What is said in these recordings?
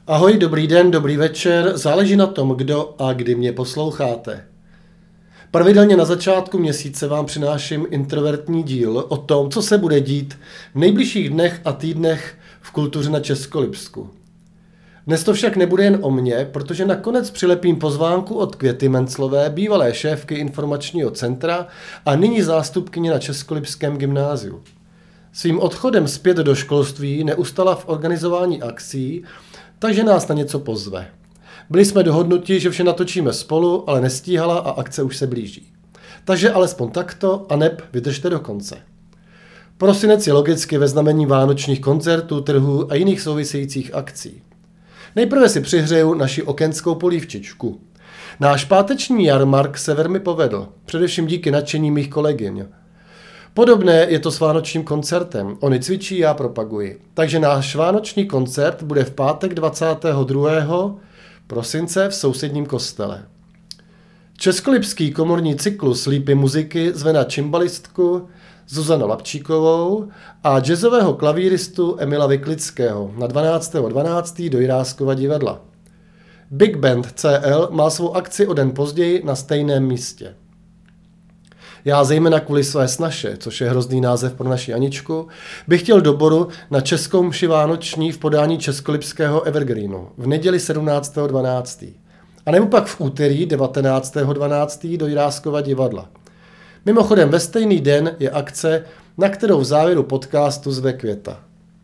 Ahoj, dobrý den, dobrý večer, záleží na tom, kdo a kdy mě posloucháte. Pravidelně na začátku měsíce vám přináším introvertní díl o tom, co se bude dít v nejbližších dnech a týdnech v kultuře na Českolipsku. Dnes to však nebude jen o mně, protože nakonec přilepím pozvánku od Květy Menclové, bývalé šéfky informačního centra a nyní zástupkyně na Českolipském gymnáziu. Svým odchodem zpět do školství neustala v organizování akcí, takže nás na něco pozve. Byli jsme dohodnuti, že vše natočíme spolu, ale nestíhala a akce už se blíží. Takže alespoň takto a neb vydržte do konce. Prosinec je logicky ve znamení vánočních koncertů, trhů a jiných souvisejících akcí. Nejprve si přihřeju naši okenskou polívčičku. Náš páteční jarmark se velmi povedl, především díky nadšení mých kolegyň. Podobné je to s vánočním koncertem. Oni cvičí, já propaguji. Takže náš vánoční koncert bude v pátek 22. prosince v sousedním kostele. Českolipský komorní cyklus Lípy muziky zve na cimbalistku Zuzanu Lapčíkovou a jazzového klavíristu Emila Vyklického na 12.12. do Jiráskova divadla. Big Band CL má svou akci o den později na stejném místě. Já zejména kvůli své snaše, což je hrozný název pro naši Aničku, bych chtěl do Boru na českou mši vánoční v podání českolipského Evergreenu v neděli 17.12. A nebo pak v úterý 19.12. do Jiráskova divadla. Mimochodem ve stejný den je akce, na kterou v závěru podcastu zve Květa.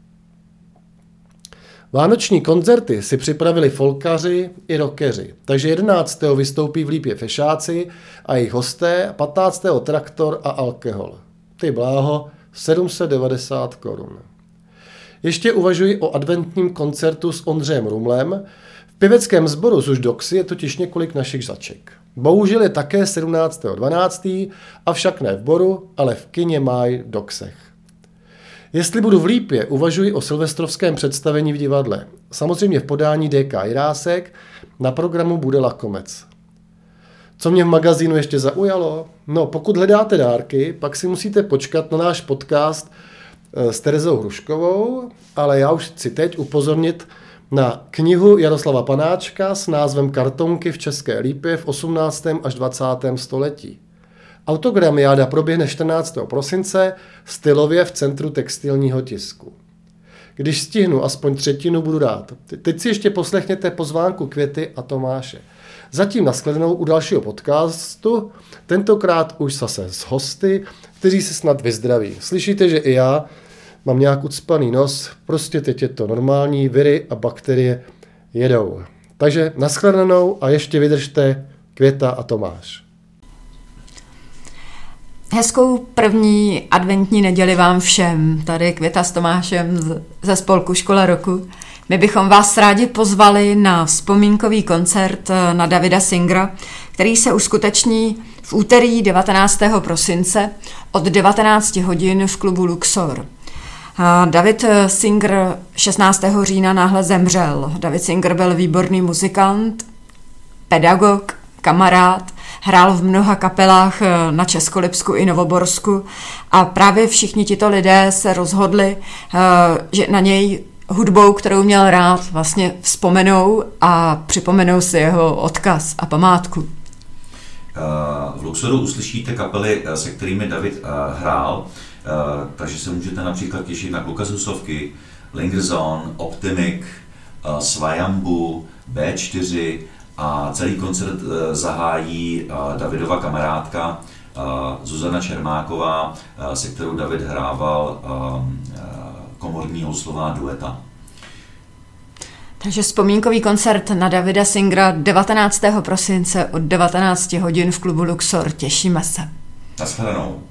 Vánoční koncerty si připravili folkaři i rockeři, takže 11. vystoupí v Lípě Fešáci a jejich hosté, 15. Traktor a Alkohol. Ty bláho, 790 korun. Ještě uvažuji o adventním koncertu s Ondřejem Rumlem. V pěveckém sboru Zuž Doxy je totiž několik našich začek. Bohužel je také 17.12., avšak ne v Boru, ale v kině Máj v Doxech. Jestli budu v Lípě, uvažuji o silvestrovském představení v divadle. Samozřejmě v podání DK Jirásek, na programu bude Lakomec. Co mě v magazínu ještě zaujalo? No, pokud hledáte dárky, pak si musíte počkat na náš podcast s Terezou Hruškovou, ale já už chci teď upozornit na knihu Jaroslava Panáčka s názvem Kartonky v České Lípě v 18. až 20. století. Autogramiáda proběhne 14. prosince stylově v Centru textilního tisku. Když stihnu aspoň třetinu, budu rád. Teď si ještě poslechněte pozvánku Květy a Tomáše. Zatím nashledanou u dalšího podcastu, tentokrát už zase s hosty, kteří se snad vyzdraví. Slyšíte, že i já mám nějak ucpaný nos, prostě teď je to normální, viry a bakterie jedou. Takže nashledanou a ještě vydržte Květa a Tomáš. Hezkou první adventní neděli vám všem. Tady Květa s Tomášem ze spolku Škola roku. My bychom vás rádi pozvali na vzpomínkový koncert na Davida Singera, který se uskuteční v úterý 19. prosince od 19 hodin v klubu Luxor. David Singer 16. října náhle zemřel. David Singer byl výborný muzikant, pedagog, kamarád, hrál v mnoha kapelách na Českolipsku i Novoborsku a právě všichni tito lidé se rozhodli, že na něj hudbou, kterou měl rád, vlastně vzpomenou a připomenou si jeho odkaz a památku. V Luxoru uslyšíte kapely, se kterými David hrál, takže se můžete například těšit na Lukazusovky, Lingerzone, Optimik, Svajambu, B4 a celý koncert zahájí Davidova kamarádka Zuzana Čermáková, se kterou David hrával komorní houslová dueta. Takže vzpomínkový koncert na Davida Singera 19. prosince od 19 hodin v klubu Luxor. Těšíme se. Naschledanou.